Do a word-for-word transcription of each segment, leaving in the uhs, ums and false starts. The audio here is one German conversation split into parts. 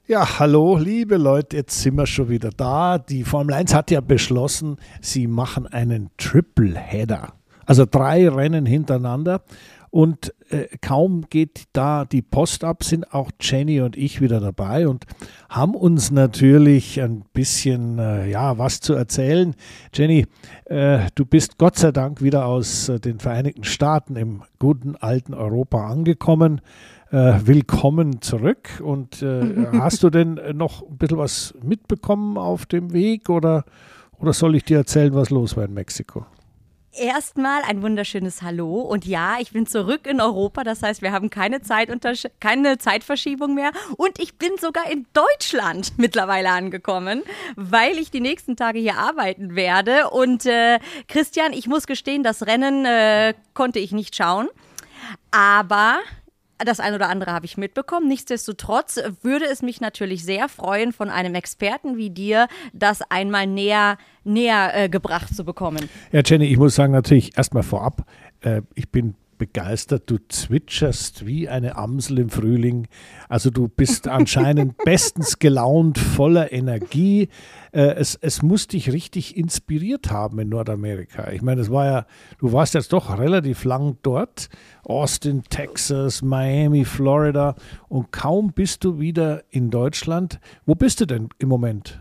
Ja, hallo, liebe Leute, jetzt sind wir schon wieder da. Die Formel eins hat ja beschlossen, sie machen einen Tripleheader, also drei Rennen hintereinander. Und äh, kaum geht da die Post ab, sind auch Jenny und ich wieder dabei und haben uns natürlich ein bisschen, äh, ja, was zu erzählen. Jenny, äh, du bist Gott sei Dank wieder aus äh, den Vereinigten Staaten im guten alten Europa angekommen. Äh, willkommen zurück. Und äh, hast du denn noch ein bisschen was mitbekommen auf dem Weg oder, oder soll ich dir erzählen, was los war in Mexiko? Erstmal ein wunderschönes Hallo und ja, ich bin zurück in Europa, das heißt, wir haben keine, Zeituntersch- keine Zeitverschiebung mehr und ich bin sogar in Deutschland mittlerweile angekommen, weil ich die nächsten Tage hier arbeiten werde und äh, Christian, ich muss gestehen, das Rennen äh, konnte ich nicht schauen, aber das ein oder andere habe ich mitbekommen. Nichtsdestotrotz würde es mich natürlich sehr freuen, von einem Experten wie dir das einmal näher, näher äh, gebracht zu bekommen. Ja, Jenny, ich muss sagen, natürlich erstmal vorab, äh, ich bin begeistert. Du zwitscherst wie eine Amsel im Frühling. Also du bist anscheinend bestens gelaunt, voller Energie. Äh, es, es muss dich richtig inspiriert haben in Nordamerika. Ich meine, das war ja, du warst jetzt doch relativ lang dort. Austin, Texas, Miami, Florida. Und kaum bist du wieder in Deutschland. Wo bist du denn im Moment?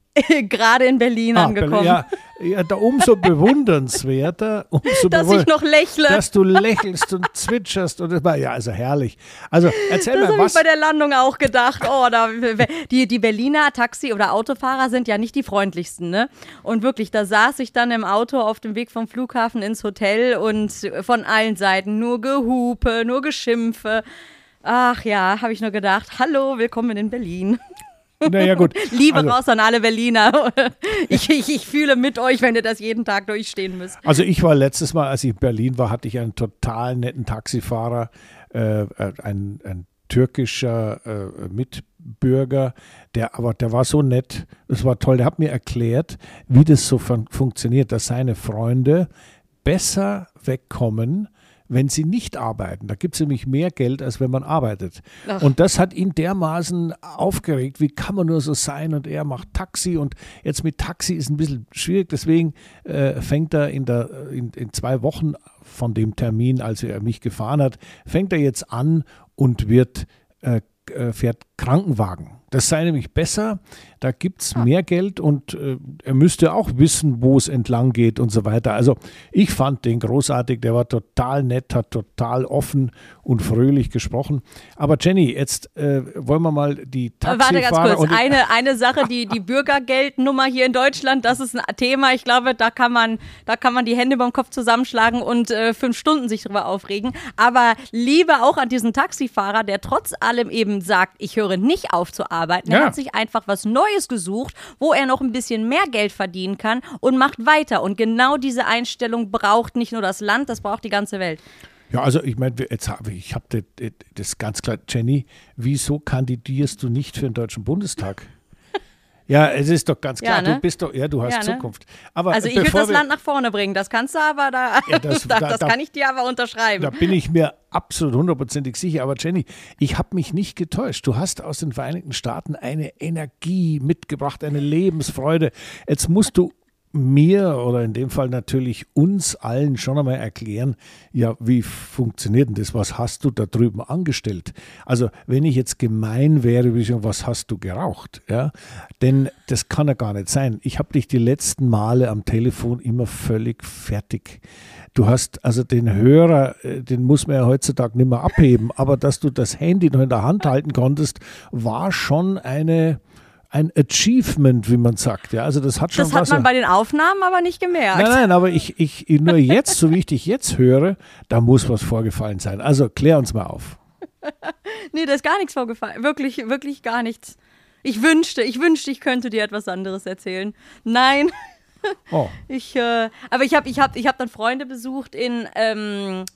Gerade in Berlin ah, angekommen. Ja, ja, da umso bewundernswerter, umso dass bewund- ich noch lächle. Dass du lächelst und zwitscherst. Und das war ja also herrlich. Also erzähl das mal, habe was... ich bei der Landung auch gedacht. Oh, da, die, die Berliner Taxi- oder Autofahrer sind ja nicht die freundlichsten, ne? Und wirklich, da saß ich dann im Auto auf dem Weg vom Flughafen ins Hotel und von allen Seiten nur Gehupe, nur Geschimpfe. Ach ja, habe ich nur gedacht, hallo, willkommen in Berlin. Naja, gut. Liebe also, raus an alle Berliner. Ich, ich, ich fühle mit euch, wenn ihr das jeden Tag durchstehen müsst. Also ich war letztes Mal, als ich in Berlin war, hatte ich einen total netten Taxifahrer, äh, ein, ein türkischer äh, Mitbürger, der aber der war so nett, das war toll, der hat mir erklärt, wie das so fun- funktioniert, dass seine Freunde besser wegkommen, wenn sie nicht arbeiten. Da gibt es nämlich mehr Geld, als wenn man arbeitet. Ach. Und das hat ihn dermaßen aufgeregt. Wie kann man nur so sein? Und er macht Taxi und jetzt mit Taxi ist ein bisschen schwierig. Deswegen äh, fängt er in, der, in, in zwei Wochen von dem Termin, als er mich gefahren hat, fängt er jetzt an und wird, äh, fährt Krankenwagen. Das sei nämlich besser, da gibt es mehr Geld und äh, er müsste auch wissen, wo es entlang geht und so weiter. Also ich fand den großartig, der war total nett, hat total offen und fröhlich gesprochen. Aber Jenny, jetzt äh, wollen wir mal die Taxifahrer... Warte ganz kurz, eine, eine Sache, die, die Bürgergeldnummer hier in Deutschland, das ist ein Thema, ich glaube, da kann man, da kann man die Hände beim Kopf zusammenschlagen und äh, fünf Stunden sich drüber aufregen. Aber Liebe auch an diesen Taxifahrer, der trotz allem eben sagt, ich höre nicht auf zu arbeiten. Er Ja. hat sich einfach was Neues gesucht, wo er noch ein bisschen mehr Geld verdienen kann und macht weiter. Und genau diese Einstellung braucht nicht nur das Land, das braucht die ganze Welt. Ja, also ich meine, jetzt habe ich habe das, das ganz klar, Jenny, wieso kandidierst du nicht für den Deutschen Bundestag? Ja, es ist doch ganz klar, ja, ne? du bist doch, ja, du hast ja, ne? Zukunft. Aber also ich würde das Land nach vorne bringen, das kannst du aber, da, ja, das, das, da, das kann ich dir aber unterschreiben. Da bin ich mir absolut hundertprozentig sicher. Aber Jenny, ich habe mich nicht getäuscht. Du hast aus den Vereinigten Staaten eine Energie mitgebracht, eine Lebensfreude. Jetzt musst du mir oder in dem Fall natürlich uns allen schon einmal erklären, ja, wie funktioniert denn das? Was hast du da drüben angestellt? Also, wenn ich jetzt gemein wäre, würde ich sagen, was hast du geraucht? Ja? Denn das kann ja gar nicht sein. Ich habe dich die letzten Male am Telefon immer völlig fertig. Du hast also den Hörer, den muss man ja heutzutage nicht mehr abheben, aber dass du das Handy noch in der Hand halten konntest, war schon eine... ein Achievement, wie man sagt. Ja, also das hat schon das hat was, man bei den Aufnahmen aber nicht gemerkt. Nein, nein, aber ich, ich nur jetzt, so wie ich dich jetzt höre, da muss was vorgefallen sein. Also klär uns mal auf. Nee, da ist gar nichts vorgefallen. Wirklich, wirklich gar nichts. Ich wünschte, ich wünschte, ich könnte dir etwas anderes erzählen. Nein. Oh. Ich, äh, aber ich habe ich hab, ich hab dann Freunde besucht in... Ähm,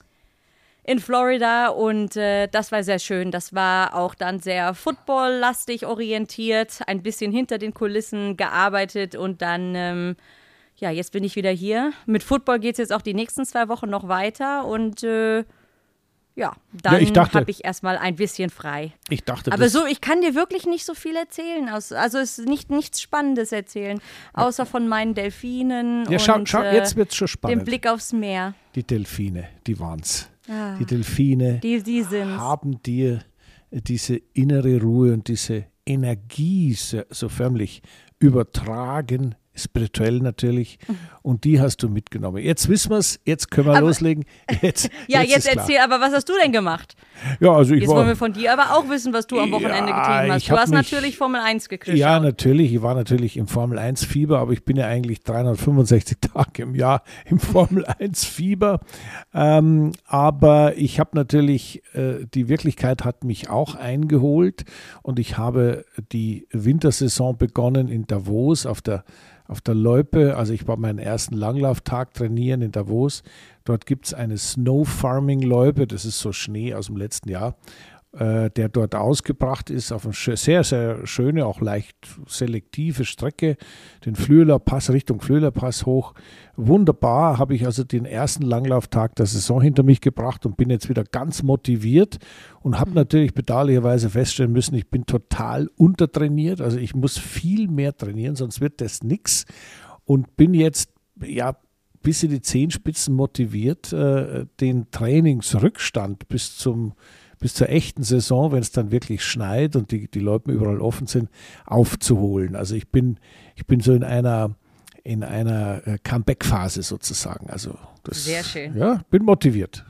in Florida und äh, das war sehr schön. Das war auch dann sehr footballlastig orientiert, ein bisschen hinter den Kulissen gearbeitet und dann, ähm, ja, jetzt bin ich wieder hier. Mit Football geht es jetzt auch die nächsten zwei Wochen noch weiter und äh, ja, dann ja, habe ich erstmal ein bisschen frei. Ich dachte, aber so, ich kann dir wirklich nicht so viel erzählen. Aus, also es ist nicht nichts Spannendes erzählen, außer von meinen Delfinen ja, schau, und schau, jetzt wird's schon äh, spannend. dem Blick aufs Meer. Die Delfine, die waren's. Ah, die Delfine die, die sind's. haben dir diese innere Ruhe und diese Energie so, so förmlich übertragen, spirituell natürlich, und die hast du mitgenommen. Jetzt wissen wir es, jetzt können wir aber, loslegen. Jetzt, ja, jetzt, jetzt erzähl, klar. Aber was hast du denn gemacht? Ja, also ich jetzt war, wollen wir von dir aber auch wissen, was du am Wochenende ja, getrieben hast. Du hast mich, natürlich Formel eins geschaut. Ja, natürlich. Ich war natürlich im Formel eins Fieber, aber ich bin ja eigentlich dreihundertfünfundsechzig Tage im Jahr im Formel eins Fieber. Ähm, aber ich habe natürlich, äh, die Wirklichkeit hat mich auch eingeholt und ich habe die Wintersaison begonnen in Davos auf der Auf der Loipe, also ich war meinen ersten Langlauftag trainieren in Davos. Dort gibt es eine Snow Farming Loipe, das ist so Schnee aus dem letzten Jahr, äh, der dort ausgebracht ist auf eine sehr, sehr schöne, auch leicht selektive Strecke, den Flüeler Pass, Richtung Flüeler Pass hoch. Wunderbar, habe ich also den ersten Langlauftag der Saison hinter mich gebracht und bin jetzt wieder ganz motiviert und habe natürlich bedauerlicherweise feststellen müssen, ich bin total untertrainiert, also ich muss viel mehr trainieren, sonst wird das nichts, und bin jetzt ja bis in die Zehenspitzen motiviert, äh, den Trainingsrückstand bis zum bis zur echten Saison, wenn es dann wirklich schneit und die, die Loipen überall offen sind, aufzuholen. Also ich bin, ich bin so in einer, in einer Comeback-Phase sozusagen. Also das, sehr schön. Ja, bin motiviert.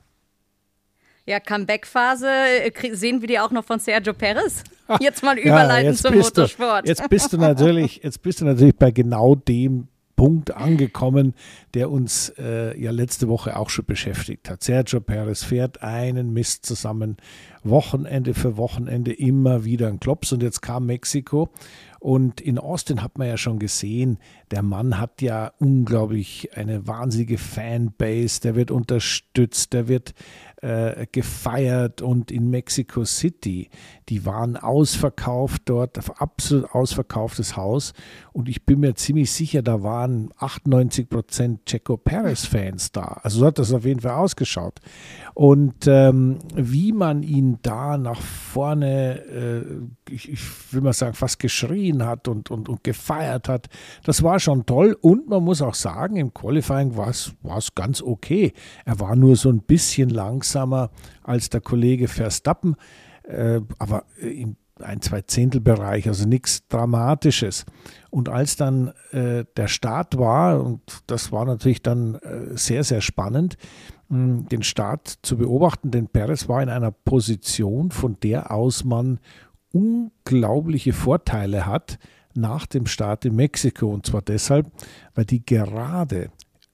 Ja, Comeback-Phase sehen wir die auch noch von Sergio Perez. Jetzt mal überleiten ja, zum Motorsport. Du, jetzt bist du natürlich, jetzt bist du natürlich bei genau dem Punkt angekommen, der uns äh, ja letzte Woche auch schon beschäftigt hat. Sergio Perez fährt einen Mist zusammen, Wochenende für Wochenende immer wieder ein Klops, und jetzt kam Mexiko. Und in Austin hat man ja schon gesehen, der Mann hat ja unglaublich eine wahnsinnige Fanbase, der wird unterstützt, der wird äh, gefeiert, und in Mexico City, die waren ausverkauft dort, absolut ausverkauftes Haus, und ich bin mir ziemlich sicher, da waren achtundneunzig Prozent Checo Perez-Fans da. Also so hat das auf jeden Fall ausgeschaut. Und ähm, wie man ihn da nach vorne, äh, ich, ich will mal sagen, fast geschrien hat und, und, und gefeiert hat, das war schon toll. Und man muss auch sagen, im Qualifying war es ganz okay. Er war nur so ein bisschen langsamer als der Kollege Verstappen, äh, aber im ein, zwei Zehntelbereich, also nichts Dramatisches. Und als dann äh, der Start war, und das war natürlich dann äh, sehr, sehr spannend, mh, den Start zu beobachten, denn Perez war in einer Position, von der aus man unglaubliche Vorteile hat nach dem Start in Mexiko. Und zwar deshalb, weil die Gerade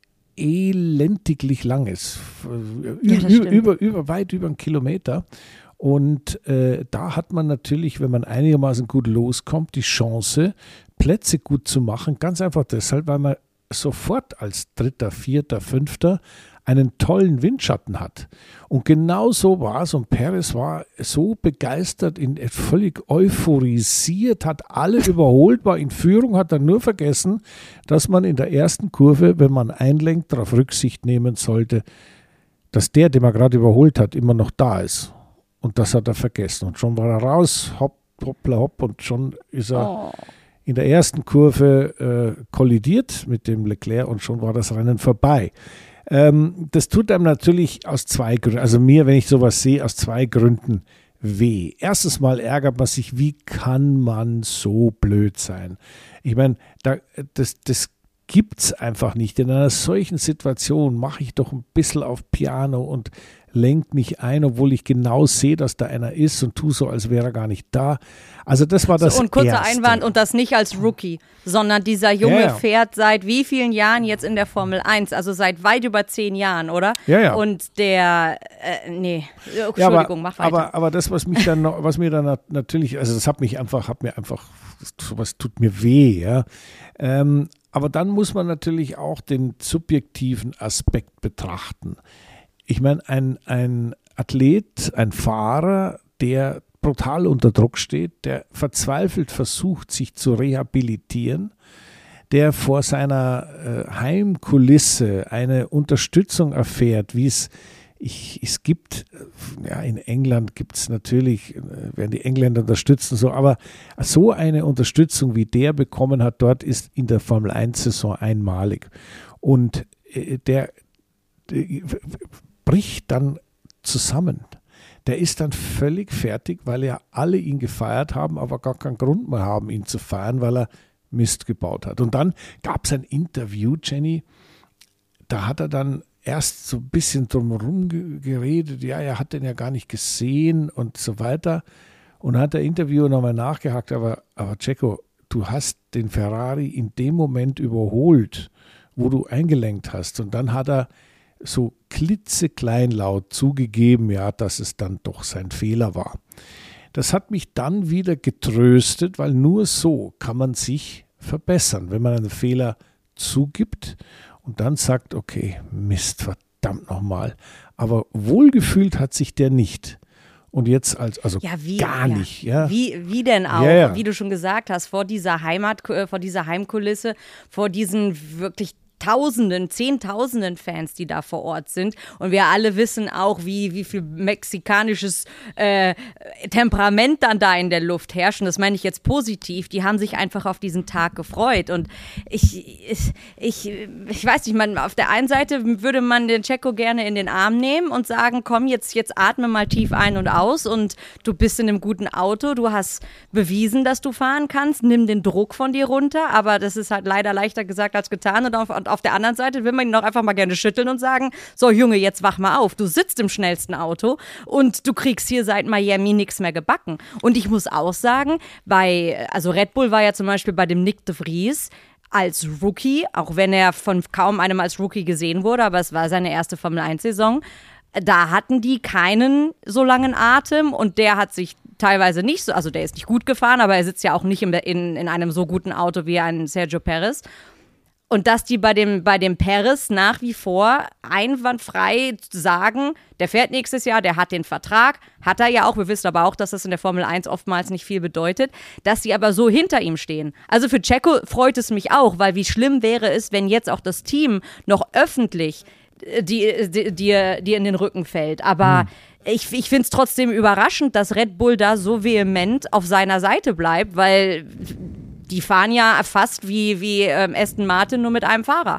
elendiglich lang ist, ja, über, über, über, weit über einen Kilometer. Und äh, da hat man natürlich, wenn man einigermaßen gut loskommt, die Chance, Plätze gut zu machen. Ganz einfach deshalb, weil man sofort als Dritter, Vierter, Fünfter einen tollen Windschatten hat. Und genau so war es. Und Perez war so begeistert, in, völlig euphorisiert, hat alle überholt, war in Führung, hat dann nur vergessen, dass man in der ersten Kurve, wenn man einlenkt, darauf Rücksicht nehmen sollte, dass der, den man gerade überholt hat, immer noch da ist. Und das hat er vergessen. Und schon war er raus, hopp, hoppla hopp, und schon ist er oh. in der ersten Kurve äh, kollidiert mit dem Leclerc, und schon war das Rennen vorbei. Ähm, das tut einem natürlich aus zwei Gründen, also mir, wenn ich sowas sehe, aus zwei Gründen weh. Erstens mal ärgert man sich, wie kann man so blöd sein? Ich meine, da, das, das gibt es einfach nicht. In einer solchen Situation mache ich doch ein bisschen auf Piano und lenkt mich ein, obwohl ich genau sehe, dass da einer ist, und tue so, als wäre er gar nicht da. Also das war das so, und kurzer Erste. Einwand, und das nicht als Rookie, sondern dieser Junge ja, ja. fährt seit wie vielen Jahren jetzt in der Formel eins, also seit weit über zehn Jahren, oder? Ja, ja. Und der, äh, nee, Entschuldigung, ja, aber, mach weiter. Aber, aber das, was mich dann noch, was mir dann natürlich, also das hat mich einfach, hat mir einfach, sowas tut mir weh, ja. Ähm, aber dann muss man natürlich auch den subjektiven Aspekt betrachten. Ich meine, ein, ein Athlet, ein Fahrer, der brutal unter Druck steht, der verzweifelt versucht, sich zu rehabilitieren, der vor seiner äh, Heimkulisse eine Unterstützung erfährt, wie es ich, es gibt, ja, in England gibt es natürlich, werden die Engländer unterstützen, so, aber so eine Unterstützung, wie der bekommen hat, dort ist in der Formel eins Saison einmalig. Und der, der bricht dann zusammen. Der ist dann völlig fertig, weil ja alle ihn gefeiert haben, aber gar keinen Grund mehr haben, ihn zu feiern, weil er Mist gebaut hat. Und dann gab es ein Interview, Jenny, da hat er dann erst so ein bisschen drumherum geredet, ja, er hat den ja gar nicht gesehen und so weiter. Und hat der Interviewer nochmal nachgehakt, aber, aber Checo, du hast den Ferrari in dem Moment überholt, wo du eingelenkt hast. Und dann hat er so klitzekleinlaut zugegeben, ja, dass es dann doch sein Fehler war. Das hat mich dann wieder getröstet, weil nur so kann man sich verbessern, wenn man einen Fehler zugibt und dann sagt, okay, Mist, verdammt nochmal. Aber wohlgefühlt hat sich der nicht. Und jetzt als, also ja, wie, gar ja. nicht. Ja. Wie, wie denn auch, ja, ja. wie du schon gesagt hast, vor dieser Heimat, vor dieser Heimkulisse, vor diesen wirklich Tausenden, Zehntausenden Fans, die da vor Ort sind. Und wir alle wissen auch, wie, wie viel mexikanisches äh, Temperament dann da in der Luft herrscht. Und das meine ich jetzt positiv. Die haben sich einfach auf diesen Tag gefreut. Und ich, ich, ich, ich weiß nicht, man, auf der einen Seite würde man den Checo gerne in den Arm nehmen und sagen, komm, jetzt, jetzt atme mal tief ein und aus und du bist in einem guten Auto. Du hast bewiesen, dass du fahren kannst. Nimm den Druck von dir runter. Aber das ist halt leider leichter gesagt als getan. Und auf Und auf der anderen Seite will man ihn auch einfach mal gerne schütteln und sagen, so Junge, jetzt wach mal auf, du sitzt im schnellsten Auto und du kriegst hier seit Miami nichts mehr gebacken. Und ich muss auch sagen, bei, also Red Bull war ja zum Beispiel bei dem Nyck de Vries als Rookie, auch wenn er von kaum einem als Rookie gesehen wurde, aber es war seine erste Formel eins Saison, da hatten die keinen so langen Atem und der hat sich teilweise nicht so, also der ist nicht gut gefahren, aber er sitzt ja auch nicht in, in, in einem so guten Auto wie ein Sergio Perez. Und dass die bei dem, bei dem Perez nach wie vor einwandfrei sagen, der fährt nächstes Jahr, der hat den Vertrag, hat er ja auch, wir wissen aber auch, dass das in der Formel eins oftmals nicht viel bedeutet, dass sie aber so hinter ihm stehen. Also für Checo freut es mich auch, weil wie schlimm wäre es, wenn jetzt auch das Team noch öffentlich dir die, die, die in den Rücken fällt. Aber hm. ich, ich finde es trotzdem überraschend, dass Red Bull da so vehement auf seiner Seite bleibt, weil die fahren ja fast wie, wie ähm, Aston Martin, nur mit einem Fahrer.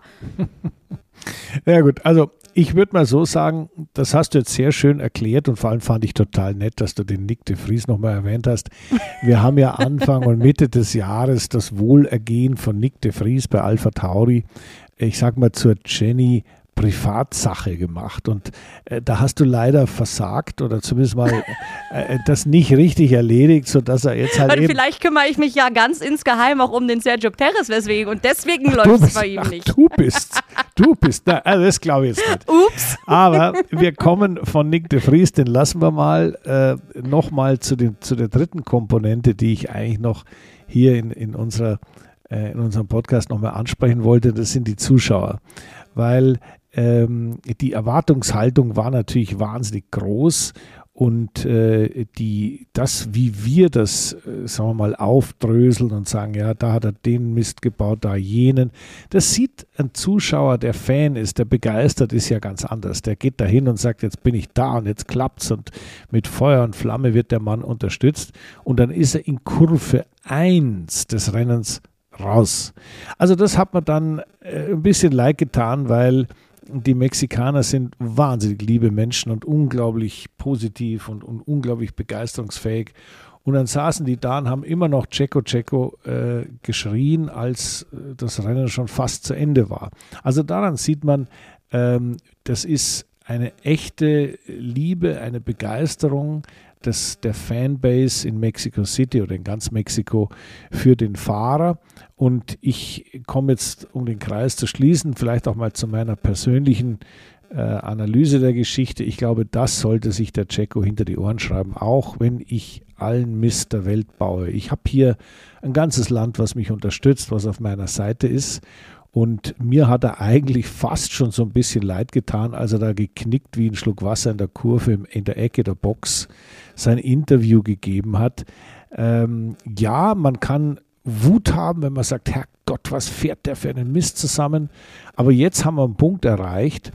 Ja gut, also ich würde mal so sagen, das hast du jetzt sehr schön erklärt und vor allem fand ich total nett, dass du den Nyck de Vries nochmal erwähnt hast. Wir haben ja Anfang und Mitte des Jahres das Wohlergehen von Nyck de Vries bei Alpha Tauri, ich sag mal zur Jenny, Privatsache gemacht und äh, da hast du leider versagt oder zumindest mal äh, das nicht richtig erledigt, sodass er jetzt halt und eben... Vielleicht kümmere ich mich ja ganz insgeheim auch um den Sergio Perez deswegen und deswegen läuft es bei ihm ach, nicht. Du bist, du bist, na, also das glaube ich jetzt nicht. Ups. Aber wir kommen von Nyck de Vries, den lassen wir mal äh, nochmal zu, zu der dritten Komponente, die ich eigentlich noch hier in, in, unserer, äh, in unserem Podcast nochmal ansprechen wollte, das sind die Zuschauer, weil Ähm, die Erwartungshaltung war natürlich wahnsinnig groß und äh, die, das, wie wir das, äh, sagen wir mal, aufdröseln und sagen, ja, da hat er den Mist gebaut, da jenen, das sieht ein Zuschauer, der Fan ist, der begeistert ist, ja ganz anders. Der geht dahin und sagt, jetzt bin ich da und jetzt klappt's und mit Feuer und Flamme wird der Mann unterstützt und dann ist er in Kurve eins des Rennens raus. Also das hat man dann äh, ein bisschen leid getan, weil die Mexikaner sind wahnsinnig liebe Menschen und unglaublich positiv und, und unglaublich begeisterungsfähig. Und dann saßen die da und haben immer noch Checo, Checo äh, geschrien, als äh, das Rennen schon fast zu Ende war. Also daran sieht man, ähm, das ist eine echte Liebe, eine Begeisterung des, der Fanbase in Mexico City oder in ganz Mexiko für den Fahrer. Und ich komme jetzt, um den Kreis zu schließen, vielleicht auch mal zu meiner persönlichen äh, Analyse der Geschichte. Ich glaube, das sollte sich der Checo hinter die Ohren schreiben, auch wenn ich allen Mist der Welt baue. Ich habe hier ein ganzes Land, was mich unterstützt, was auf meiner Seite ist. Und mir hat er eigentlich fast schon so ein bisschen leid getan, als er da geknickt wie ein Schluck Wasser in der Kurve in der Ecke der Box sein Interview gegeben hat. Ähm, ja, man kann Wut haben, wenn man sagt, Herrgott, was fährt der für einen Mist zusammen? Aber jetzt haben wir einen Punkt erreicht,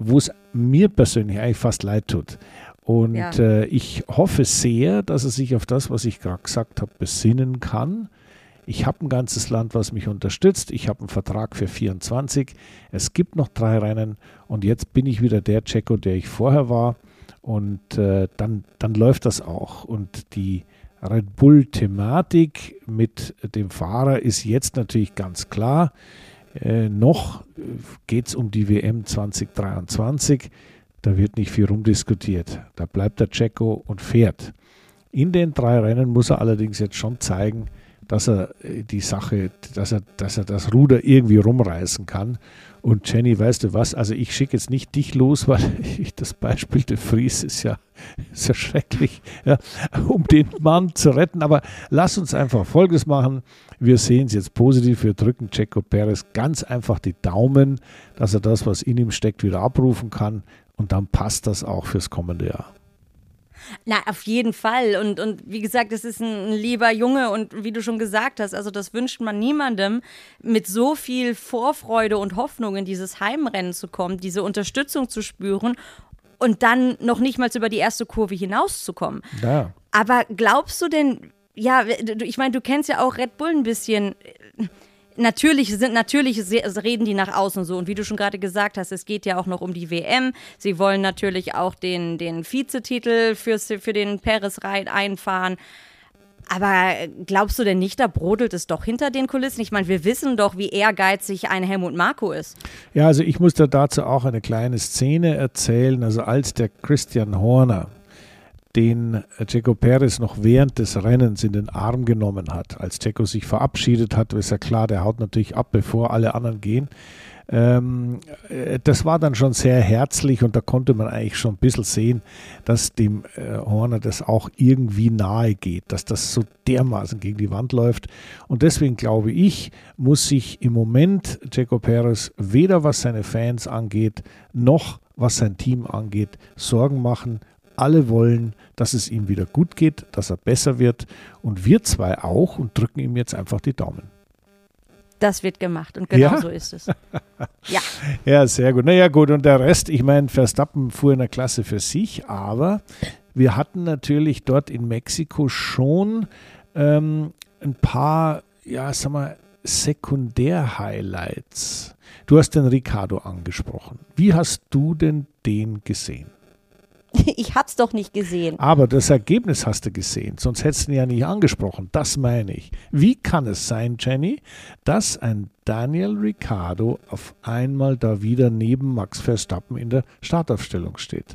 wo es mir persönlich eigentlich fast leid tut. Und ja. äh, ich hoffe sehr, dass er sich auf das, was ich gerade gesagt habe, besinnen kann. Ich habe ein ganzes Land, was mich unterstützt. Ich habe einen Vertrag für vierundzwanzig. Es gibt noch drei Rennen und jetzt bin ich wieder der Checo, der ich vorher war. Und äh, dann, dann läuft das auch. Und die Red Bull-Thematik mit dem Fahrer ist jetzt natürlich ganz klar. Äh, noch geht es um die W M zwanzig dreiundzwanzig. Da wird nicht viel rumdiskutiert. Da bleibt der Checo und fährt. In den drei Rennen muss er allerdings jetzt schon zeigen, dass er die Sache, dass er, dass er das Ruder irgendwie rumreißen kann. Und Jenny, weißt du was, also ich schicke jetzt nicht dich los, weil ich, das Beispiel de Vries ist ja, ist ja schrecklich, ja, um den Mann zu retten. Aber lass uns einfach Folgendes machen. Wir sehen es jetzt positiv, wir drücken Checo Perez ganz einfach die Daumen, dass er das, was in ihm steckt, wieder abrufen kann. Und dann passt das auch fürs kommende Jahr. Na, auf jeden Fall. Und, und wie gesagt, das ist ein, ein lieber Junge und wie du schon gesagt hast, also das wünscht man niemandem, mit so viel Vorfreude und Hoffnung in dieses Heimrennen zu kommen, diese Unterstützung zu spüren und dann noch nicht mal über die erste Kurve hinauszukommen. Ja. Aber glaubst du denn, ja, ich meine, du kennst ja auch Red Bull ein bisschen. Natürlich sind, natürlich reden die nach außen so und wie du schon gerade gesagt hast, es geht ja auch noch um die W M. Sie wollen natürlich auch den, den Vizetitel fürs, für den Perez einfahren. Aber glaubst du denn nicht, da brodelt es doch hinter den Kulissen? Ich meine, wir wissen doch, wie ehrgeizig ein Helmut Marko ist. Ja, also ich muss da dazu auch eine kleine Szene erzählen. Also als der Christian Horner den Checo Perez noch während des Rennens in den Arm genommen hat. Als Checo sich verabschiedet hat, ist ja klar, der haut natürlich ab, bevor alle anderen gehen. Ähm, das war dann schon sehr herzlich und da konnte man eigentlich schon ein bisschen sehen, dass dem äh, Horner das auch irgendwie nahe geht, dass das so dermaßen gegen die Wand läuft. Und deswegen glaube ich, muss sich im Moment Checo Perez weder was seine Fans angeht, noch was sein Team angeht, Sorgen machen. Alle wollen, dass es ihm wieder gut geht, dass er besser wird und wir zwei auch und drücken ihm jetzt einfach die Daumen. Das wird gemacht und genau ja? so ist es. Ja. Ja, sehr gut. Naja gut, und der Rest, ich meine, Verstappen fuhr in der Klasse für sich, aber wir hatten natürlich dort in Mexiko schon ähm, ein paar, ja, sag mal, Sekundär-Highlights. Du hast den Ricciardo angesprochen. Wie hast du denn den gesehen? Ich hab's doch nicht gesehen. Aber das Ergebnis hast du gesehen, sonst hättest du ihn ja nicht angesprochen. Das meine ich. Wie kann es sein, Jenny, dass ein Daniel Ricciardo auf einmal da wieder neben Max Verstappen in der Startaufstellung steht?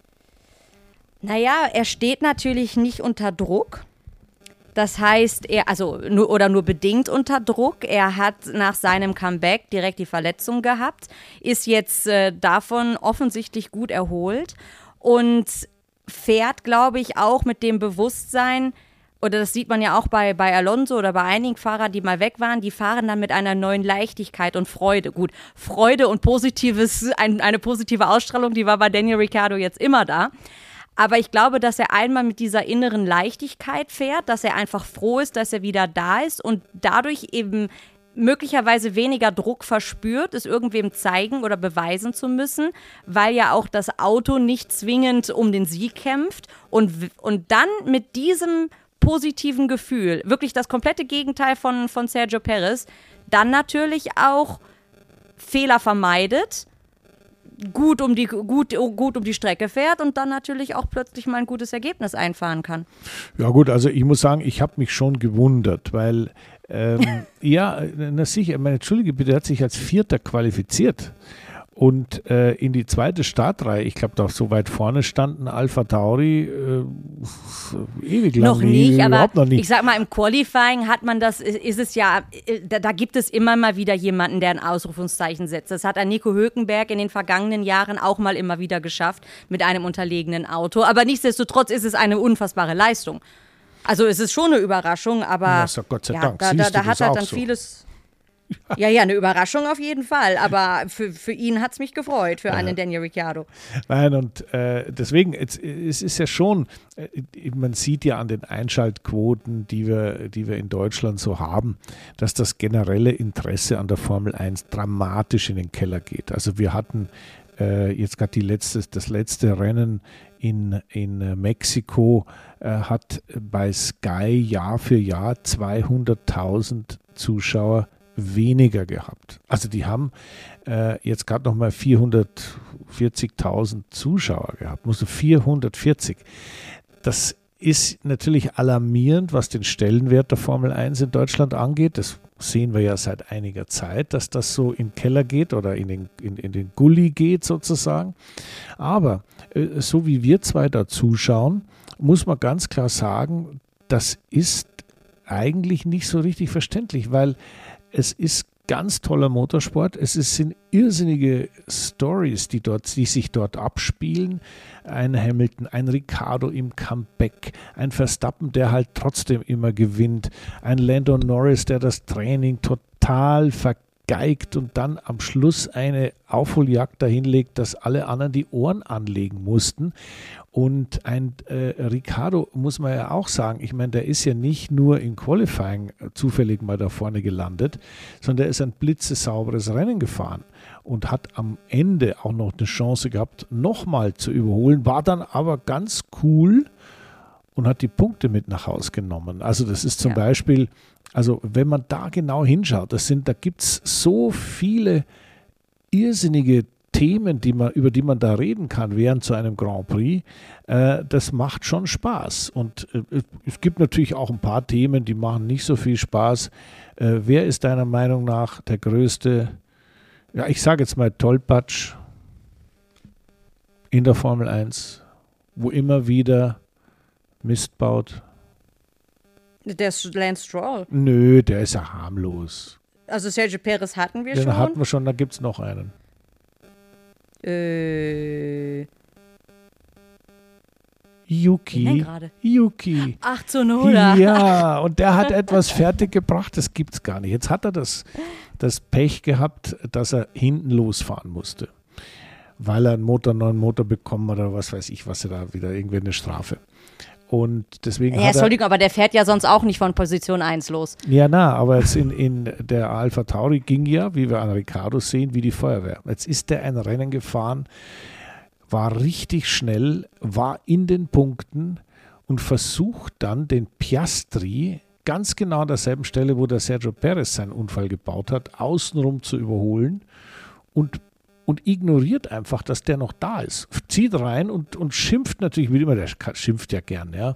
Naja, er steht natürlich nicht unter Druck. Das heißt, er, also nur oder nur bedingt unter Druck. Er hat nach seinem Comeback direkt die Verletzung gehabt, ist jetzt äh, davon offensichtlich gut erholt. Und fährt, glaube ich, auch mit dem Bewusstsein, oder das sieht man ja auch bei, bei Alonso oder bei einigen Fahrern, die mal weg waren, die fahren dann mit einer neuen Leichtigkeit und Freude. Gut, Freude und positives, ein, eine positive Ausstrahlung, die war bei Daniel Ricciardo jetzt immer da. Aber ich glaube, dass er einmal mit dieser inneren Leichtigkeit fährt, dass er einfach froh ist, dass er wieder da ist und dadurch eben möglicherweise weniger Druck verspürt, es irgendwem zeigen oder beweisen zu müssen, weil ja auch das Auto nicht zwingend um den Sieg kämpft. Und, und dann mit diesem positiven Gefühl, wirklich das komplette Gegenteil von, von Sergio Perez, dann natürlich auch Fehler vermeidet, gut um die, gut, gut um die Strecke fährt und dann natürlich auch plötzlich mal ein gutes Ergebnis einfahren kann. Ja gut, also ich muss sagen, ich habe mich schon gewundert, weil ähm, ja, na sicher, meine Entschuldige bitte, er hat sich als Vierter qualifiziert und äh, in die zweite Startreihe, ich glaube, da so weit vorne standen Alpha Tauri äh, ewig lang. Noch nicht, nie, aber noch nicht. Ich sag mal, im Qualifying hat man das, ist es ja, da, da gibt es immer mal wieder jemanden, der ein Ausrufungszeichen setzt. Das hat ein Nico Hülkenberg in den vergangenen Jahren auch mal immer wieder geschafft mit einem unterlegenen Auto, aber nichtsdestotrotz ist es eine unfassbare Leistung. Also es ist schon eine Überraschung, aber ja, so Gott sei ja, Dank. da, da, da hat er dann so. vieles. Ja, ja, eine Überraschung auf jeden Fall, aber für, für ihn hat es mich gefreut, für ja. einen Daniel Ricciardo. Nein, und äh, deswegen, es, es ist ja schon, äh, man sieht ja an den Einschaltquoten, die wir, die wir in Deutschland so haben, dass das generelle Interesse an der Formel eins dramatisch in den Keller geht. Also wir hatten äh, jetzt gerade die letzte, das letzte Rennen in, in äh, Mexiko äh, hat bei Sky Jahr für Jahr zweihunderttausend Zuschauer weniger gehabt. Also die haben äh, jetzt gerade nochmal vierhundertvierzigtausend Zuschauer gehabt, musst du vierhundertvierzig. Das ist natürlich alarmierend, was den Stellenwert der Formel eins in Deutschland angeht. Das sehen wir ja seit einiger Zeit, dass das so in den Keller geht oder in den, in, in den Gully geht sozusagen. Aber äh, so wie wir zwei da zuschauen, muss man ganz klar sagen, das ist eigentlich nicht so richtig verständlich, weil es ist ganz toller Motorsport. Es ist, sind irrsinnige Stories, die, dort, die sich dort abspielen. Ein Hamilton, ein Ricciardo im Comeback, ein Verstappen, der halt trotzdem immer gewinnt, ein Lando Norris, der das Training total vergeigt und dann am Schluss eine Aufholjagd dahin legt, dass alle anderen die Ohren anlegen mussten. Und ein äh, Ricciardo, muss man ja auch sagen, ich meine, der ist ja nicht nur im Qualifying zufällig mal da vorne gelandet, sondern der ist ein blitzesauberes Rennen gefahren und hat am Ende auch noch eine Chance gehabt, nochmal zu überholen, war dann aber ganz cool und hat die Punkte mit nach Hause genommen. Also das ist zum ja. Beispiel, also wenn man da genau hinschaut, das sind, da gibt es so viele irrsinnige Themen, die man, über die man da reden kann während so einem Grand Prix, äh, das macht schon Spaß. Und äh, es gibt natürlich auch ein paar Themen, die machen nicht so viel Spaß. Äh, wer ist deiner Meinung nach der größte, ja, ich sage jetzt mal Tollpatsch in der Formel eins, wo immer wieder Mist baut? Der ist Lance Stroll. Nö, der ist ja harmlos. Also Sergio Perez hatten wir Den schon. Den hatten wir schon, da gibt es noch einen. Äh. Yuki. Yuki. Ach, Tsunoda. Ja, und der hat etwas fertig gebracht, das gibt es gar nicht. Jetzt hat er das, das Pech gehabt, dass er hinten losfahren musste. Weil er einen Motor, neuen Motor bekommen oder was weiß ich, was er da wieder, irgendwie eine Strafe. Und deswegen ja, hat Entschuldigung, aber der fährt ja sonst auch nicht von Position eins los. Ja, na, aber jetzt in, in der Alpha Tauri ging ja, wie wir an Ricciardo sehen, wie die Feuerwehr. Jetzt ist der ein Rennen gefahren, war richtig schnell, war in den Punkten und versucht dann den Piastri ganz genau an derselben Stelle, wo der Sergio Perez seinen Unfall gebaut hat, außenrum zu überholen und und ignoriert einfach, dass der noch da ist. Zieht rein und, und schimpft natürlich, wie immer, der schimpft ja gern, ja,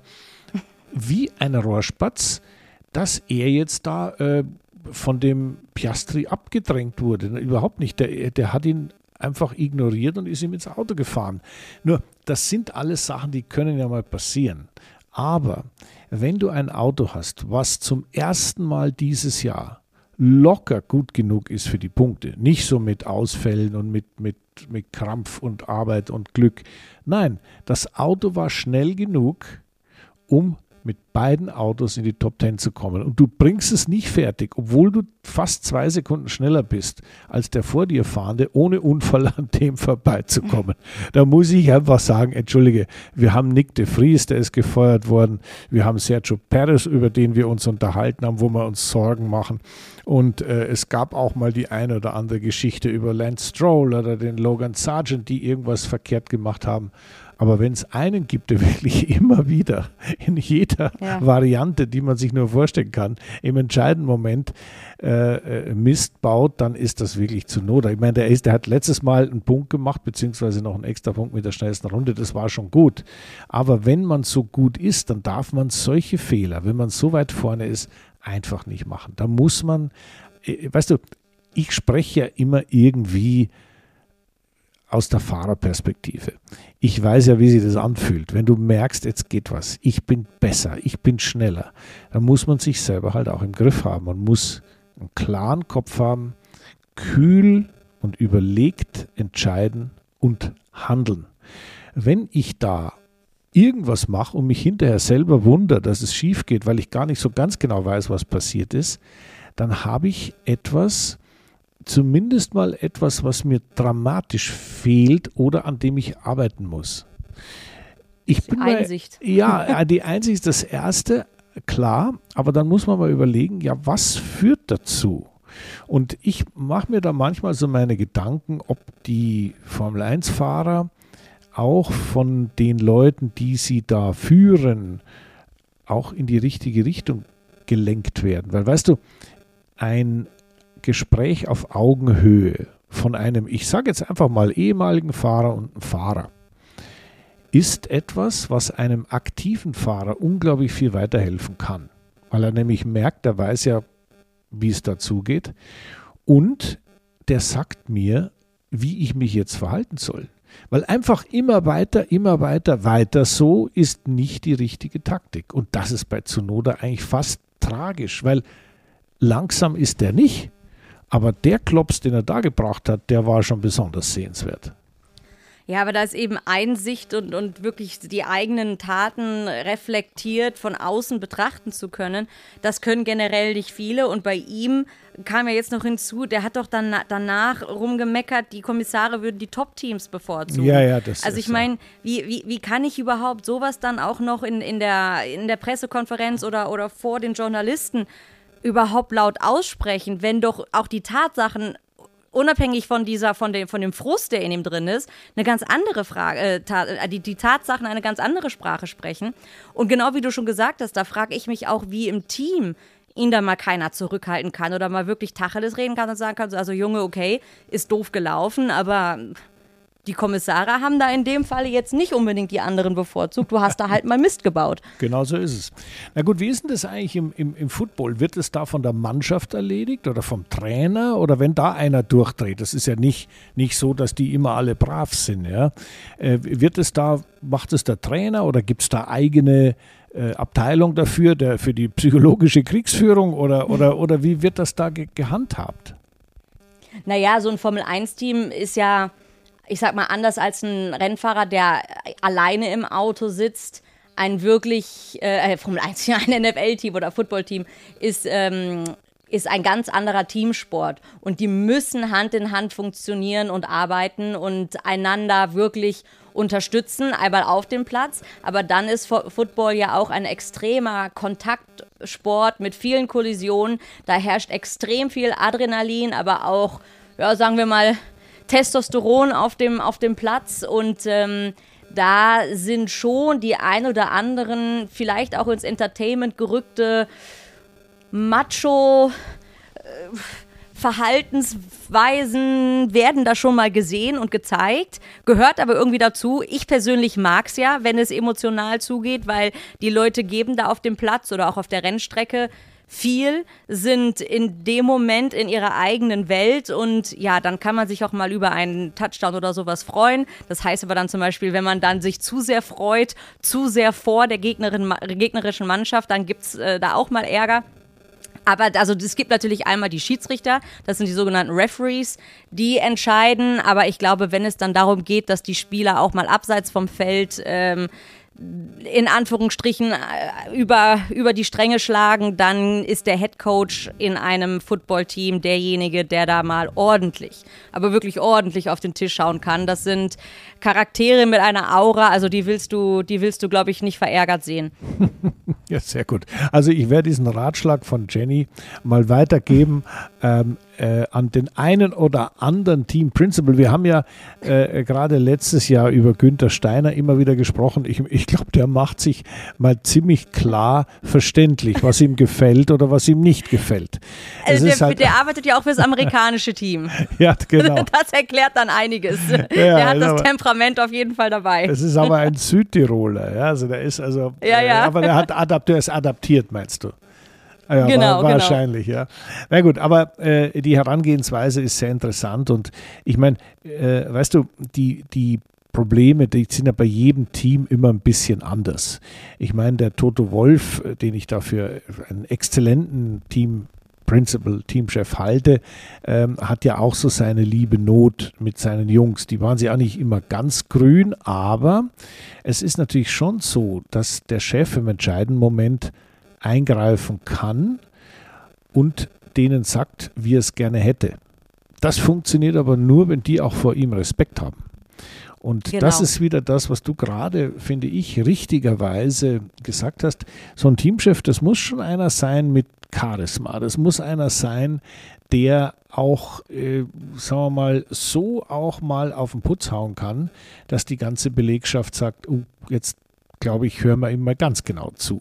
wie ein Rohrspatz, dass er jetzt da äh, von dem Piastri abgedrängt wurde. Überhaupt nicht. Der, der hat ihn einfach ignoriert und ist ihm ins Auto gefahren. Nur, das sind alles Sachen, die können ja mal passieren. Aber wenn du ein Auto hast, was zum ersten Mal dieses Jahr locker gut genug ist für die Punkte. Nicht so mit Ausfällen und mit, mit, mit Krampf und Arbeit und Glück. Nein, das Auto war schnell genug, um mit beiden Autos in die Top Ten zu kommen. Und du bringst es nicht fertig, obwohl du fast zwei Sekunden schneller bist, als der vor dir Fahrende, ohne Unfall an dem vorbeizukommen. Da muss ich einfach sagen, entschuldige, wir haben Nick de Vries, der ist gefeuert worden. Wir haben Sergio Perez, über den wir uns unterhalten haben, wo wir uns Sorgen machen. Und äh, es gab auch mal die eine oder andere Geschichte über Lance Stroll oder den Logan Sargent, die irgendwas verkehrt gemacht haben. Aber wenn es einen gibt, der wirklich immer wieder in jeder ja. Variante, die man sich nur vorstellen kann, im entscheidenden Moment äh, Mist baut, dann ist das wirklich Tsunoda. Ich meine, der, ist, der hat letztes Mal einen Punkt gemacht, beziehungsweise noch einen extra Punkt mit der schnellsten Runde, das war schon gut. Aber wenn man so gut ist, dann darf man solche Fehler, wenn man so weit vorne ist, einfach nicht machen. Da muss man, äh, weißt du, ich spreche ja immer irgendwie aus der Fahrerperspektive. Ich weiß ja, wie sich das anfühlt. Wenn du merkst, jetzt geht was, ich bin besser, ich bin schneller, dann muss man sich selber halt auch im Griff haben. Man muss einen klaren Kopf haben, kühl und überlegt entscheiden und handeln. Wenn ich da irgendwas mache und mich hinterher selber wundere, dass es schief geht, weil ich gar nicht so ganz genau weiß, was passiert ist, dann habe ich etwas, zumindest mal etwas, was mir dramatisch fehlt oder an dem ich arbeiten muss. Ich die bin Einsicht. Mal, ja, die Einsicht ist das Erste, klar, aber dann muss man mal überlegen, ja, was führt dazu? Und ich mache mir da manchmal so meine Gedanken, ob die Formel eins Fahrer auch von den Leuten, die sie da führen, auch in die richtige Richtung gelenkt werden. Weil, weißt du, ein Gespräch auf Augenhöhe von einem, ich sage jetzt einfach mal, ehemaligen Fahrer und einem Fahrer, ist etwas, was einem aktiven Fahrer unglaublich viel weiterhelfen kann. Weil er nämlich merkt, er weiß ja, wie es dazugeht. Und der sagt mir, wie ich mich jetzt verhalten soll. Weil einfach immer weiter, immer weiter, weiter so ist nicht die richtige Taktik. Und das ist bei Tsunoda eigentlich fast tragisch, weil langsam ist der nicht. Aber der Klops, den er da gebracht hat, der war schon besonders sehenswert. Ja, aber da ist eben Einsicht und, und wirklich die eigenen Taten reflektiert von außen betrachten zu können. Das können generell nicht viele. Und bei ihm kam ja jetzt noch hinzu, der hat doch dann danach rumgemeckert, die Kommissare würden die Top-Teams bevorzugen. Ja, ja, das Also ich meine, wie, wie, wie kann ich überhaupt sowas dann auch noch in, in, der, in der Pressekonferenz oder, oder vor den Journalisten überhaupt laut aussprechen, wenn doch auch die Tatsachen unabhängig von dieser, von dem, von dem Frust, der in ihm drin ist, eine ganz andere Frage, äh, ta- die, die Tatsachen eine ganz andere Sprache sprechen. Und genau wie du schon gesagt hast, da frage ich mich auch, wie im Team ihn da mal keiner zurückhalten kann oder mal wirklich Tacheles reden kann und sagen kann, also Junge, okay, ist doof gelaufen, aber die Kommissare haben da in dem Fall jetzt nicht unbedingt die anderen bevorzugt. Du hast da halt mal Mist gebaut. Genau so ist es. Na gut, wie ist denn das eigentlich im, im, im Football? Wird es da von der Mannschaft erledigt oder vom Trainer? Oder wenn da einer durchdreht? Das ist ja nicht, nicht so, dass die immer alle brav sind. Ja? Äh, wird es da, macht es der Trainer oder gibt es da eigene äh, Abteilung dafür, der, für die psychologische Kriegsführung? Oder, oder, oder wie wird das da ge- gehandhabt? Naja, so ein Formel eins Team ist ja, ich sag mal, anders als ein Rennfahrer, der alleine im Auto sitzt, ein wirklich, äh, Formel eins, ein N F L-Team oder Football-Team ist, ähm, ist ein ganz anderer Teamsport. Und die müssen Hand in Hand funktionieren und arbeiten und einander wirklich unterstützen, einmal auf dem Platz. Aber dann ist Football ja auch ein extremer Kontaktsport mit vielen Kollisionen. Da herrscht extrem viel Adrenalin, aber auch, ja, sagen wir mal, Testosteron auf dem, auf dem Platz und ähm, da sind schon die ein oder anderen vielleicht auch ins Entertainment gerückte Macho äh, Verhaltensweisen werden da schon mal gesehen und gezeigt, gehört aber irgendwie dazu. Ich persönlich mag es ja, wenn es emotional zugeht, weil die Leute geben da auf dem Platz oder auch auf der Rennstrecke viel, sind in dem Moment in ihrer eigenen Welt und ja, dann kann man sich auch mal über einen Touchdown oder sowas freuen. Das heißt aber dann zum Beispiel, wenn man dann sich zu sehr freut, zu sehr vor der Gegnerin, gegnerischen Mannschaft, dann gibt es äh, da auch mal Ärger. Aber also es gibt natürlich einmal die Schiedsrichter, das sind die sogenannten Referees, die entscheiden. Aber ich glaube, wenn es dann darum geht, dass die Spieler auch mal abseits vom Feld ähm, in Anführungsstrichen über, über die Stränge schlagen, dann ist der Headcoach in einem Footballteam derjenige, der da mal ordentlich, aber wirklich ordentlich auf den Tisch schauen kann. Das sind Charaktere mit einer Aura, also die willst du, die willst du, glaube ich, nicht verärgert sehen. Ja, sehr gut. Also ich werde diesen Ratschlag von Jenny mal weitergeben ähm, äh, an den einen oder anderen Team Principal. Wir haben ja äh, gerade letztes Jahr über Günther Steiner immer wieder gesprochen. Ich, ich glaube, der macht sich mal ziemlich klar verständlich, was ihm gefällt oder was ihm nicht gefällt. Also der, halt, der arbeitet ja auch fürs amerikanische Team. Ja, genau. Das erklärt dann einiges. Ja, der hat das aber, Temperament auf jeden Fall dabei. Es ist aber ein Südtiroler. Ja, also der ist also, ja, ja. Äh, aber der hat adapt, der ist adaptiert, meinst du? Ja, genau, war, wahrscheinlich, genau. Ja. Na gut, aber äh, die Herangehensweise ist sehr interessant und ich meine, äh, weißt du, die, die Probleme, die sind ja bei jedem Team immer ein bisschen anders. Ich meine, der Toto Wolff, den ich dafür einen exzellenten Team Principal, Teamchef halte, ähm, hat ja auch so seine liebe Not mit seinen Jungs. Die waren sie auch nicht immer ganz grün, aber es ist natürlich schon so, dass der Chef im entscheidenden Moment eingreifen kann und denen sagt, wie er es gerne hätte. Das funktioniert aber nur, wenn die auch vor ihm Respekt haben. Und Genau. das ist wieder das, was du gerade, finde ich, richtigerweise gesagt hast. So ein Teamchef, das muss schon einer sein mit Charisma. Das muss einer sein, der auch, äh, sagen wir mal, so auch mal auf den Putz hauen kann, dass die ganze Belegschaft sagt, oh, jetzt glaube ich, hören wir ihm mal ganz genau zu.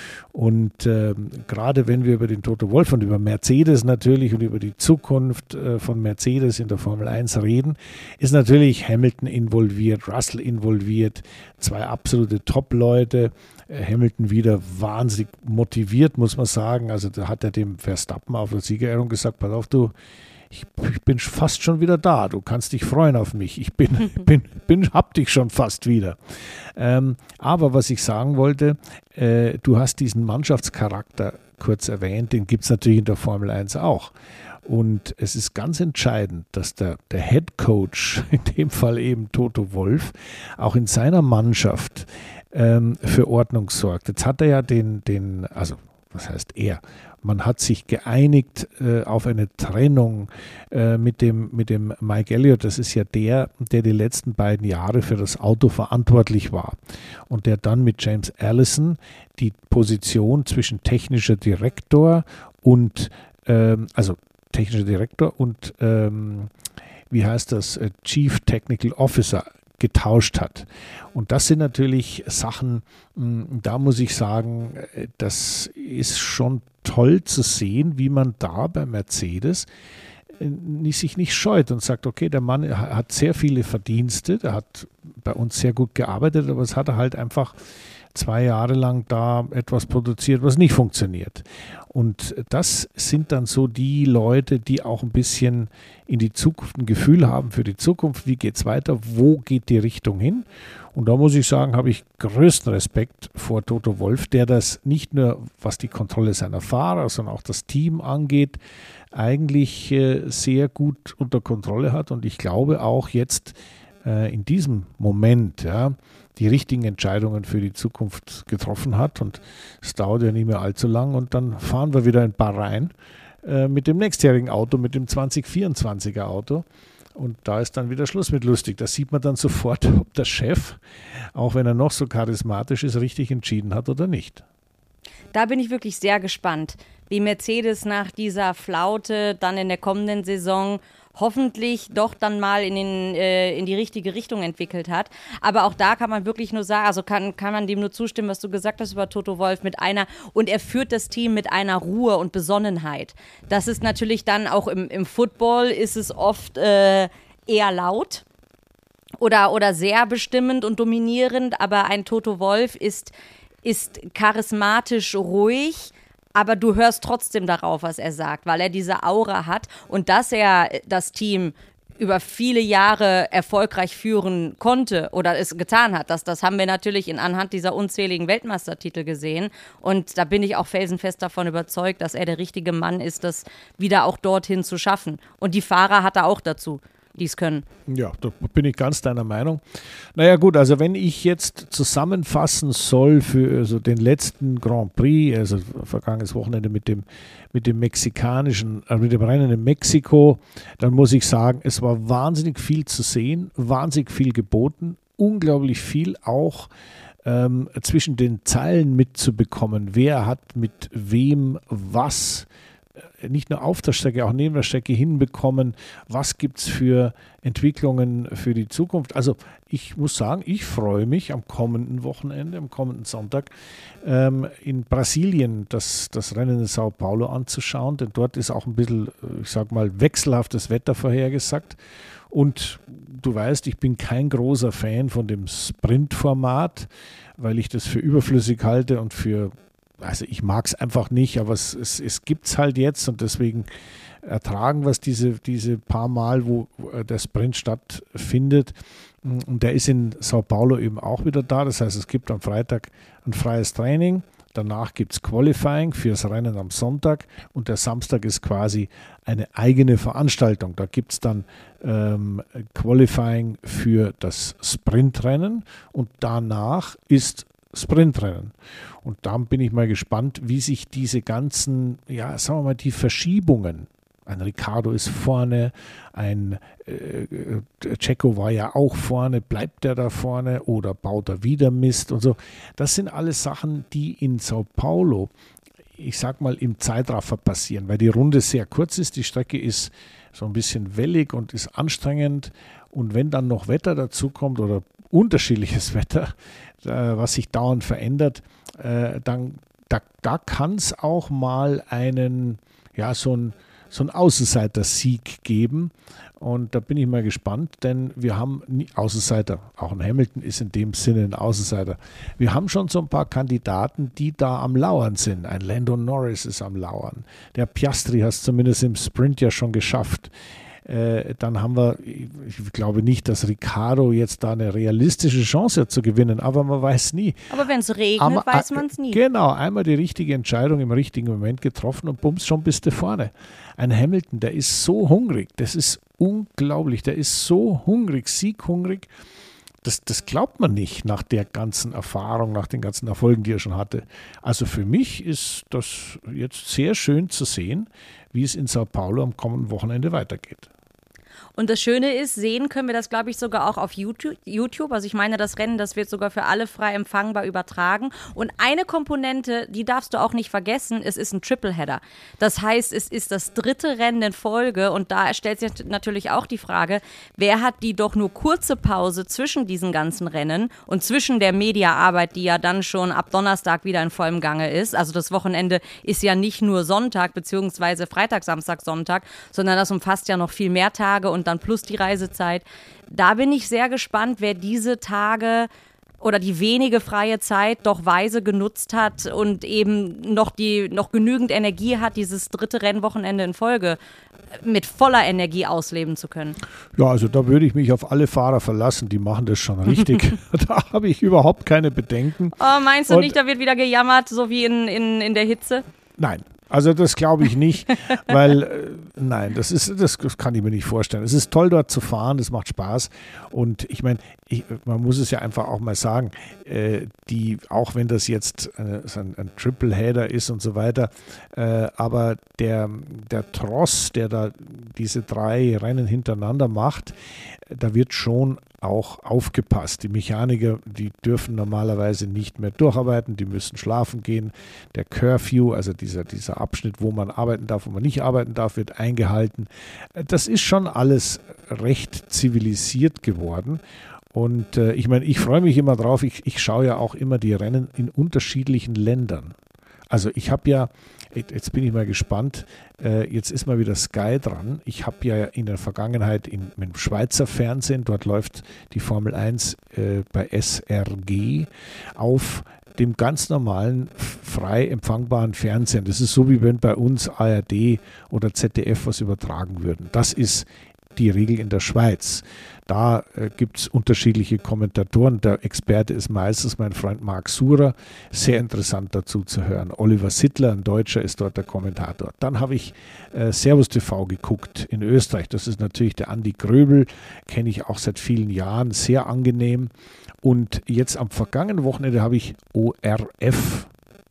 Und äh, gerade wenn wir über den Toto Wolff und über Mercedes natürlich und über die Zukunft äh, von Mercedes in der Formel eins reden, ist natürlich Hamilton involviert, Russell involviert, zwei absolute Top-Leute. Äh, Hamilton wieder wahnsinnig motiviert, muss man sagen. Also da hat er dem Verstappen auf der Siegerehrung gesagt, pass auf, du, Ich, ich bin fast schon wieder da. Du kannst dich freuen auf mich. Ich bin, bin, bin, hab dich schon fast wieder. Ähm, aber was ich sagen wollte, äh, du hast diesen Mannschaftscharakter kurz erwähnt, den gibt es natürlich in der Formel eins auch. Und es ist ganz entscheidend, dass der, der Head Coach, in dem Fall eben Toto Wolff, auch in seiner Mannschaft ähm, für Ordnung sorgt. Jetzt hat er ja den, den also was heißt er? Man hat sich geeinigt äh, auf eine Trennung äh, mit dem, mit dem Mike Elliott. Das ist ja der, der die letzten beiden Jahre für das Auto verantwortlich war und der dann mit James Allison die Position zwischen technischer Direktor und, ähm, also technischer Direktor und, ähm, wie heißt das, äh, Chief Technical Officer getauscht hat. Und das sind natürlich Sachen, da muss ich sagen, das ist schon toll zu sehen, wie man da bei Mercedes sich nicht scheut und sagt, okay, der Mann hat sehr viele Verdienste, der hat bei uns sehr gut gearbeitet, aber es hat er halt einfach zwei Jahre lang da etwas produziert, was nicht funktioniert. Und das sind dann so die Leute, die auch ein bisschen in die Zukunft ein Gefühl haben für die Zukunft. Wie geht es weiter? Wo geht die Richtung hin? Und da muss ich sagen, habe ich größten Respekt vor Toto Wolff, der das nicht nur, was die Kontrolle seiner Fahrer, sondern auch das Team angeht, eigentlich äh, sehr gut unter Kontrolle hat. Und ich glaube auch jetzt äh, in diesem Moment, ja, die richtigen Entscheidungen für die Zukunft getroffen hat. Und es dauert ja nicht mehr allzu lang. Und dann fahren wir wieder in Bahrain äh, mit dem nächstjährigen Auto, mit dem zwanzig vierundzwanziger Auto. Und da ist dann wieder Schluss mit lustig. Da sieht man dann sofort, ob der Chef, auch wenn er noch so charismatisch ist, richtig entschieden hat oder nicht. Da bin ich wirklich sehr gespannt, wie Mercedes nach dieser Flaute dann in der kommenden Saison hoffentlich doch dann mal in, den, äh, in die richtige Richtung entwickelt hat. Aber auch da kann man wirklich nur sagen, also kann, kann man dem nur zustimmen, was du gesagt hast über Toto Wolff mit einer, und er führt das Team mit einer Ruhe und Besonnenheit. Das ist natürlich dann auch im, im Football ist es oft äh, eher laut oder, oder sehr bestimmend und dominierend, aber ein Toto Wolff ist, ist charismatisch ruhig, aber du hörst trotzdem darauf, was er sagt, weil er diese Aura hat und dass er das Team über viele Jahre erfolgreich führen konnte oder es getan hat. Das, das haben wir natürlich in, anhand dieser unzähligen Weltmeistertitel gesehen und da bin ich auch felsenfest davon überzeugt, dass er der richtige Mann ist, das wieder auch dorthin zu schaffen. Und die Fahrer hat er auch dazu, die es können. Ja, da bin ich ganz deiner Meinung. Naja gut, also wenn ich jetzt zusammenfassen soll für also den letzten Grand Prix, also vergangenes Wochenende mit dem, mit dem mexikanischen, äh, mit dem Rennen in Mexiko, dann muss ich sagen, es war wahnsinnig viel zu sehen, wahnsinnig viel geboten, unglaublich viel auch ähm, zwischen den Zeilen mitzubekommen. Wer hat mit wem was nicht nur auf der Strecke, auch neben der Strecke hinbekommen. Was gibt es für Entwicklungen für die Zukunft? Also ich muss sagen, ich freue mich am kommenden Wochenende, am kommenden Sonntag ähm, in Brasilien das, das Rennen in Sao Paulo anzuschauen, denn dort ist auch ein bisschen, ich sag mal, wechselhaftes Wetter vorhergesagt. Und du weißt, ich bin kein großer Fan von dem Sprint-Format, weil ich das für überflüssig halte und für Also ich mag es einfach nicht, aber es, es, es gibt es halt jetzt und deswegen ertragen wir es diese, diese paar Mal, wo der Sprint stattfindet. Und der ist in Sao Paulo eben auch wieder da. Das heißt, es gibt am Freitag ein freies Training. Danach gibt es Qualifying fürs Rennen am Sonntag und der Samstag ist quasi eine eigene Veranstaltung. Da gibt es dann ähm, Qualifying für das Sprintrennen und danach ist Sprintrennen. Und da bin ich mal gespannt, wie sich diese ganzen, ja, sagen wir mal, die Verschiebungen, ein Ricciardo ist vorne, ein äh, Checo war ja auch vorne, bleibt er da vorne oder baut er wieder Mist und so. Das sind alles Sachen, die in Sao Paulo, ich sag mal, im Zeitraffer passieren, weil die Runde sehr kurz ist, die Strecke ist so ein bisschen wellig und ist anstrengend und wenn dann noch Wetter dazu kommt oder unterschiedliches Wetter, äh, was sich dauernd verändert, äh, dann da, da kann es auch mal einen, ja, so ein so einen Außenseiter-Sieg geben und da bin ich mal gespannt, denn wir haben nie, Außenseiter, auch ein Hamilton ist in dem Sinne ein Außenseiter. Wir haben schon so ein paar Kandidaten, die da am Lauern sind. Ein Lando Norris ist am Lauern. Der Piastri hat es zumindest im Sprint ja schon geschafft. Äh, dann haben wir, ich glaube nicht, dass Ricciardo jetzt da eine realistische Chance hat zu gewinnen, aber man weiß nie. Aber wenn es regnet, aber, weiß man es nie. Genau, einmal die richtige Entscheidung im richtigen Moment getroffen und bums, schon bist du vorne. Ein Hamilton, der ist so hungrig, das ist unglaublich, der ist so hungrig, sieghungrig, das, das glaubt man nicht nach der ganzen Erfahrung, nach den ganzen Erfolgen, die er schon hatte. Also für mich ist das jetzt sehr schön zu sehen, wie es in Sao Paulo am kommenden Wochenende weitergeht. Und das Schöne ist, sehen können wir das, glaube ich, sogar auch auf YouTube. Also ich meine, das Rennen, das wird sogar für alle frei empfangbar übertragen. Und eine Komponente, die darfst du auch nicht vergessen, es ist ein Tripleheader. Das heißt, es ist das dritte Rennen in Folge und da stellt sich natürlich auch die Frage, wer hat die doch nur kurze Pause zwischen diesen ganzen Rennen und zwischen der Mediaarbeit, die ja dann schon ab Donnerstag wieder in vollem Gange ist. Also das Wochenende ist ja nicht nur Sonntag beziehungsweise Freitag, Samstag, Sonntag, sondern das umfasst ja noch viel mehr Tage und dann plus die Reisezeit. Da bin ich sehr gespannt, wer diese Tage oder die wenige freie Zeit doch weise genutzt hat und eben noch, die, noch genügend Energie hat, dieses dritte Rennwochenende in Folge mit voller Energie ausleben zu können. Ja, also da würde ich mich auf alle Fahrer verlassen, die machen das schon richtig. Da habe ich überhaupt keine Bedenken. Oh, meinst du und nicht, da wird wieder gejammert, so wie in, in, in der Hitze? Nein. Also das glaube ich nicht, weil äh, nein, das ist, das, das kann ich mir nicht vorstellen. Es ist toll, dort zu fahren, es macht Spaß und ich meine, ich, man muss es ja einfach auch mal sagen, äh, die, auch wenn das jetzt äh, so ein, ein Tripleheader ist und so weiter, äh, aber der, der Tross, der da diese drei Rennen hintereinander macht, da wird schon auch aufgepasst. Die Mechaniker, die dürfen normalerweise nicht mehr durcharbeiten, die müssen schlafen gehen. Der Curfew, also dieser, dieser Abschnitt, wo man arbeiten darf, wo man nicht arbeiten darf, wird eingehalten. Das ist schon alles recht zivilisiert geworden. Und äh, ich meine, ich freue mich immer drauf, ich, ich schaue ja auch immer die Rennen in unterschiedlichen Ländern. Also ich habe ja, jetzt bin ich mal gespannt, äh, jetzt ist mal wieder Sky dran. Ich habe ja in der Vergangenheit in, mit dem Schweizer Fernsehen, dort läuft die Formel eins äh, bei S R G auf dem ganz normalen, frei empfangbaren Fernsehen. Das ist so, wie wenn bei uns A R D oder Z D F was übertragen würden. Das ist die Regel in der Schweiz. Da äh, gibt es unterschiedliche Kommentatoren. Der Experte ist meistens mein Freund Marc Surer. Sehr interessant dazu zu hören. Oliver Sittler, ein Deutscher, ist dort der Kommentator. Dann habe ich äh, Servus T V geguckt in Österreich. Das ist natürlich der Andi Gröbel, kenne ich auch seit vielen Jahren. Sehr angenehm. Und jetzt am vergangenen Wochenende habe ich O R F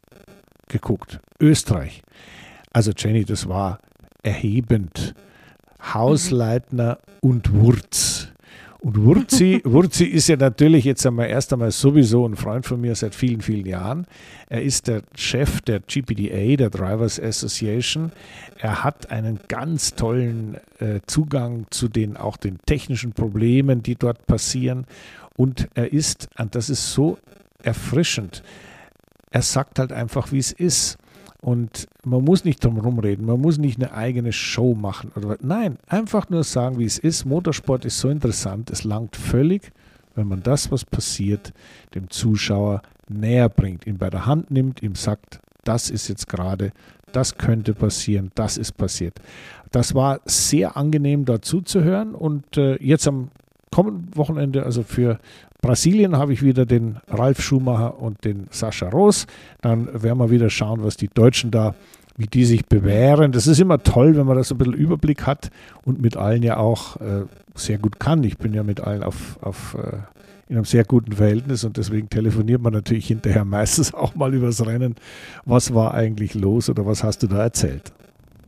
geguckt. Österreich. Also Jenny, das war erhebend. Hausleitner und Wurz. Und Wurzi, Wurzi ist ja natürlich jetzt einmal erst einmal sowieso ein Freund von mir seit vielen, vielen Jahren. Er ist der Chef der G P D A, der Drivers Association. Er hat einen ganz tollen äh, Zugang zu den auch den technischen Problemen, die dort passieren. Und er ist, und das ist so erfrischend, er sagt halt einfach, wie es ist. Und man muss nicht drum rumreden, man muss nicht eine eigene Show machen. Oder, nein, einfach nur sagen, wie es ist. Motorsport ist so interessant, es langt völlig, wenn man das, was passiert, dem Zuschauer näher bringt, ihn bei der Hand nimmt, ihm sagt, das ist jetzt gerade, das könnte passieren, das ist passiert. Das war sehr angenehm, da zuzuhören und äh, jetzt am kommenden Wochenende, also für Brasilien, habe ich wieder den Ralf Schumacher und den Sascha Roos. Dann werden wir wieder schauen, was die Deutschen da, wie die sich bewähren. Das ist immer toll, wenn man da so ein bisschen Überblick hat und mit allen ja auch äh, sehr gut kann. Ich bin ja mit allen auf, auf, äh, in einem sehr guten Verhältnis und deswegen telefoniert man natürlich hinterher meistens auch mal übers Rennen. Was war eigentlich los oder was hast du da erzählt?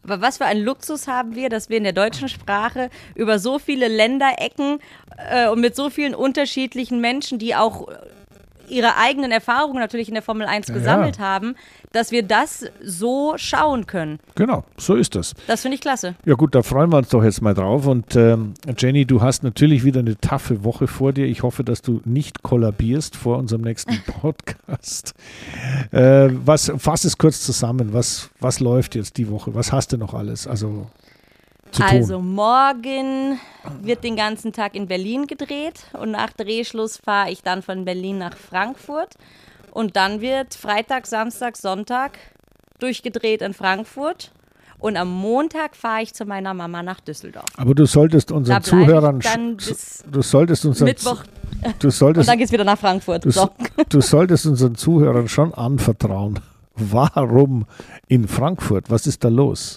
Aber was für einen Luxus haben wir, dass wir in der deutschen Sprache über so viele Länderecken äh, und mit so vielen unterschiedlichen Menschen, die auch ihre eigenen Erfahrungen natürlich in der Formel eins Ja. gesammelt haben, dass wir das so schauen können. Genau, so ist das. Das finde ich klasse. Ja gut, da freuen wir uns doch jetzt mal drauf. Und ähm, Jenny, du hast natürlich wieder eine taffe Woche vor dir. Ich hoffe, dass du nicht kollabierst vor unserem nächsten Podcast. äh, was, fass es kurz zusammen. Was, was läuft jetzt die Woche? Was hast du noch alles? Also zu tun. Also morgen wird den ganzen Tag in Berlin gedreht und nach Drehschluss fahre ich dann von Berlin nach Frankfurt und dann wird Freitag, Samstag, Sonntag durchgedreht in Frankfurt und am Montag fahre ich zu meiner Mama nach Düsseldorf. Aber du solltest unseren Da bleib ich Zuhörern, dann bis du solltest unseren, Mittwoch du und solltest, dann geht es wieder nach Frankfurt. du, So. du solltest unseren Zuhörern schon anvertrauen. Warum in Frankfurt? Was ist da los?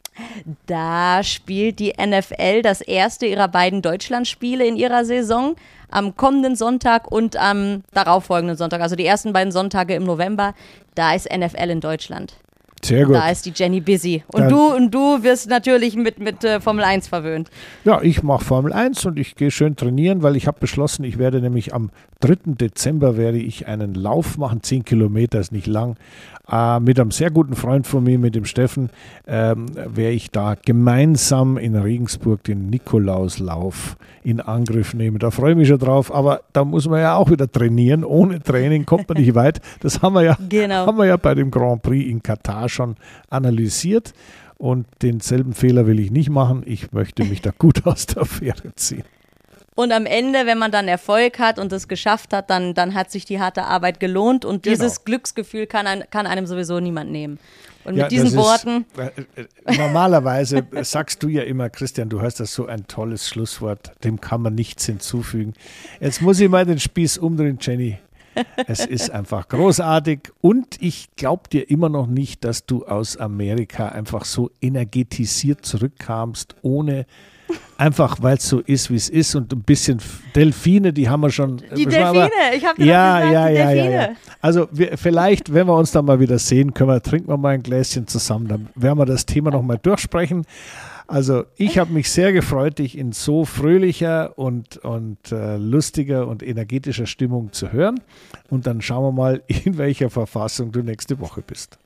Da spielt die N F L das erste ihrer beiden Deutschlandspiele in ihrer Saison am kommenden Sonntag und am darauffolgenden Sonntag. Also die ersten beiden Sonntage im November, da ist N F L in Deutschland. Sehr gut. Da ist die Jenny busy. Und Dann- du und du wirst natürlich mit, mit äh, Formel eins verwöhnt. Ja, ich mache Formel eins und ich gehe schön trainieren, weil ich habe beschlossen, ich werde nämlich am dritten Dezember werde ich einen Lauf machen, zehn Kilometer ist nicht lang, äh, mit einem sehr guten Freund von mir, mit dem Steffen, ähm, werde ich da gemeinsam in Regensburg den Nikolauslauf in Angriff nehmen. Da freue ich mich schon drauf, aber da muss man ja auch wieder trainieren. Ohne Training kommt man nicht weit. Das haben wir ja, Genau. haben wir ja bei dem Grand Prix in Katar schon analysiert. Und denselben Fehler will ich nicht machen. Ich möchte mich da gut aus der Affäre ziehen. Und am Ende, wenn man dann Erfolg hat und es geschafft hat, dann, dann hat sich die harte Arbeit gelohnt und Genau. dieses Glücksgefühl kann, ein, kann einem sowieso niemand nehmen. Und mit Ja, diesen das ist- Worten, Äh, äh, normalerweise sagst du ja immer, Christian, du hast das so ein tolles Schlusswort, dem kann man nichts hinzufügen. Jetzt muss ich mal den Spieß umdrehen, Jenny. Es ist einfach großartig und ich glaube dir immer noch nicht, dass du aus Amerika einfach so energetisiert zurückkamst, ohne einfach, weil es so ist, wie es ist und ein bisschen Delfine, die haben wir schon. die müssen wir aber- Delfine, ich habe dir ja, doch gesagt, ja, die ja, ja, Delfine. ja. Also wir, vielleicht, wenn wir uns dann mal wieder sehen, können wir, trinken wir mal ein Gläschen zusammen, dann werden wir das Thema nochmal durchsprechen. Also ich habe mich sehr gefreut, dich in so fröhlicher und, und äh, lustiger und energetischer Stimmung zu hören. Und dann schauen wir mal, in welcher Verfassung du nächste Woche bist.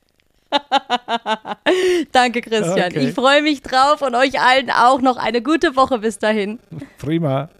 Danke, Christian. Okay. Ich freue mich drauf und euch allen auch noch eine gute Woche bis dahin. Prima.